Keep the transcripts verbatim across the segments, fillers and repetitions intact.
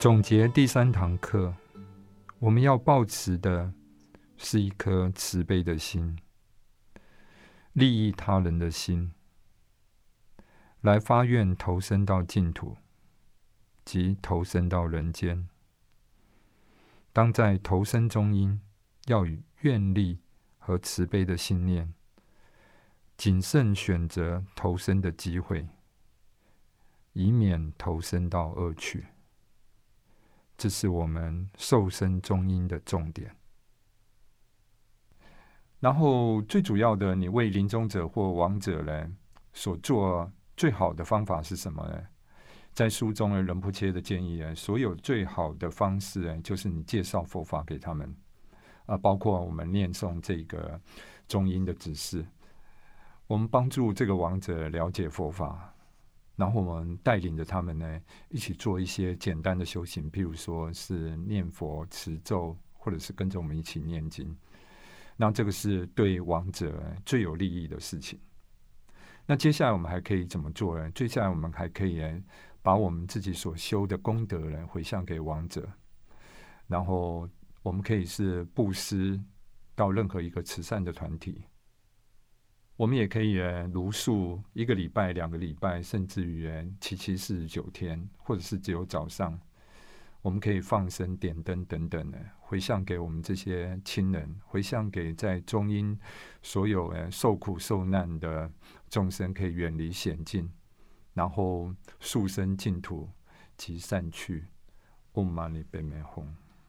总结第三堂课，我们要抱持的是一颗慈悲的心，利益他人的心，来发愿投身到净土，即投身到人间。当在投身中因，要以愿力和慈悲的信念，谨慎选择投身的机会，以免投身到恶趣。这是我们受身中因的重点。然后最主要的，你为临终者或亡者呢所做最好的方法是什么呢？在书中呢，仁波切的建议呢，所有最好的方式呢，就是你介绍佛法给他们，啊，包括我们念诵这个中因的指示，我们帮助这个亡者了解佛法。然后我们带领着他们呢，一起做一些简单的修行，譬如说是念佛、持咒，或者是跟着我们一起念经。那这个是对亡者最有利益的事情。那接下来我们还可以怎么做呢？接下来我们还可以呢，把我们自己所修的功德呢，回向给亡者。然后我们可以是布施到任何一个慈善的团体。我们也可以如数一个礼拜、两个礼拜，甚至于七七四十九天，或者是只有早上，我们可以放生、点灯等等的，回向给我们这些亲人，回向给在中阴所有受苦受难的众生，可以远离险境，然后速生净土及善趣。唵嘛呢叭咪吽。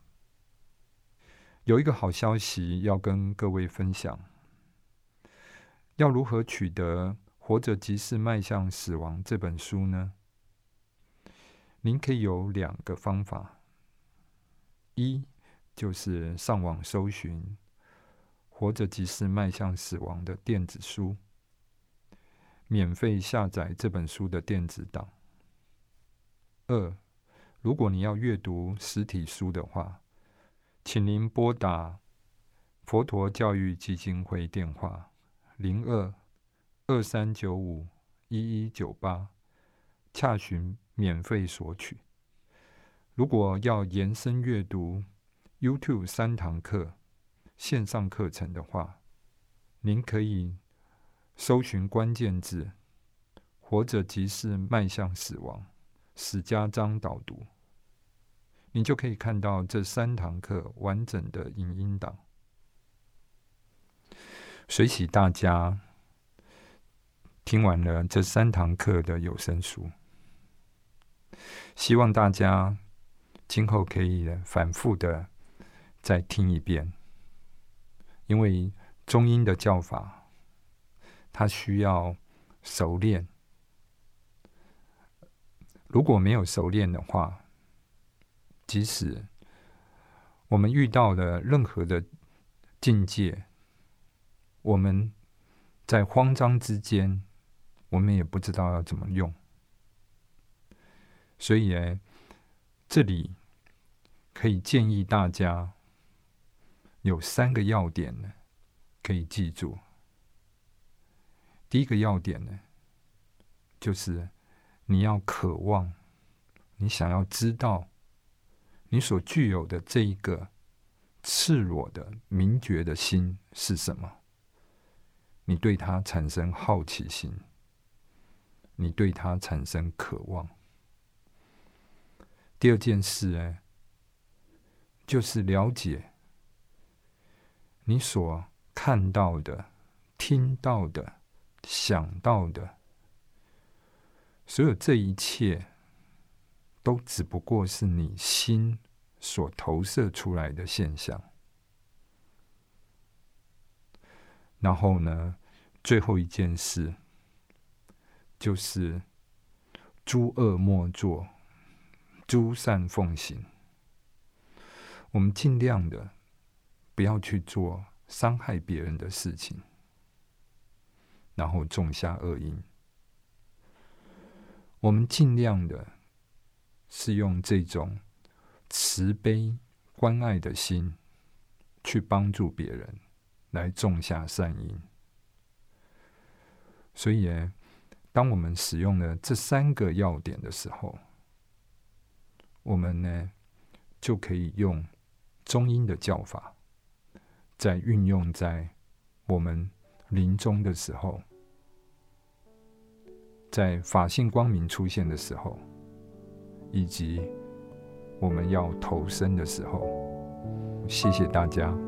有一个好消息要跟各位分享。要如何取得《活着即是迈向死亡》这本书呢？您可以有两个方法，一就是上网搜寻《活着即是迈向死亡》的电子书，免费下载这本书的电子档。二，如果你要阅读实体书的话，请您拨打佛陀教育基金会电话零二二三九五一一九八，洽询免费索取。如果要延伸阅读 YouTube 三堂课线上课程的话，您可以搜寻关键字“活着即是迈向死亡”，史家章导读，你就可以看到这三堂课完整的影音档。随喜大家听完了这三堂课的有声书，希望大家今后可以反复的再听一遍，因为中阴的教法它需要熟练，如果没有熟练的话，即使我们遇到了任何的境界，我们在慌张之间，我们也不知道要怎么用。所以呢，这里可以建议大家有三个要点呢，可以记住。第一个要点呢，就是你要渴望，你想要知道你所具有的这一个赤裸的明觉的心是什么。你对它产生好奇心，你对它产生渴望。第二件事呢，就是了解你所看到的、听到的、想到的，所有这一切都只不过是你心所投射出来的现象。然后呢，最后一件事就是诸恶莫作，诸善奉行。我们尽量的不要去做伤害别人的事情，然后种下恶因。我们尽量的是用这种慈悲关爱的心去帮助别人，来种下善因。所以当我们使用了这三个要点的时候， 我们呢就可以用中阴的教法，再运用在我们临终的时候，在法性光明出现的时候，以及我们要投生的时候。谢谢大家。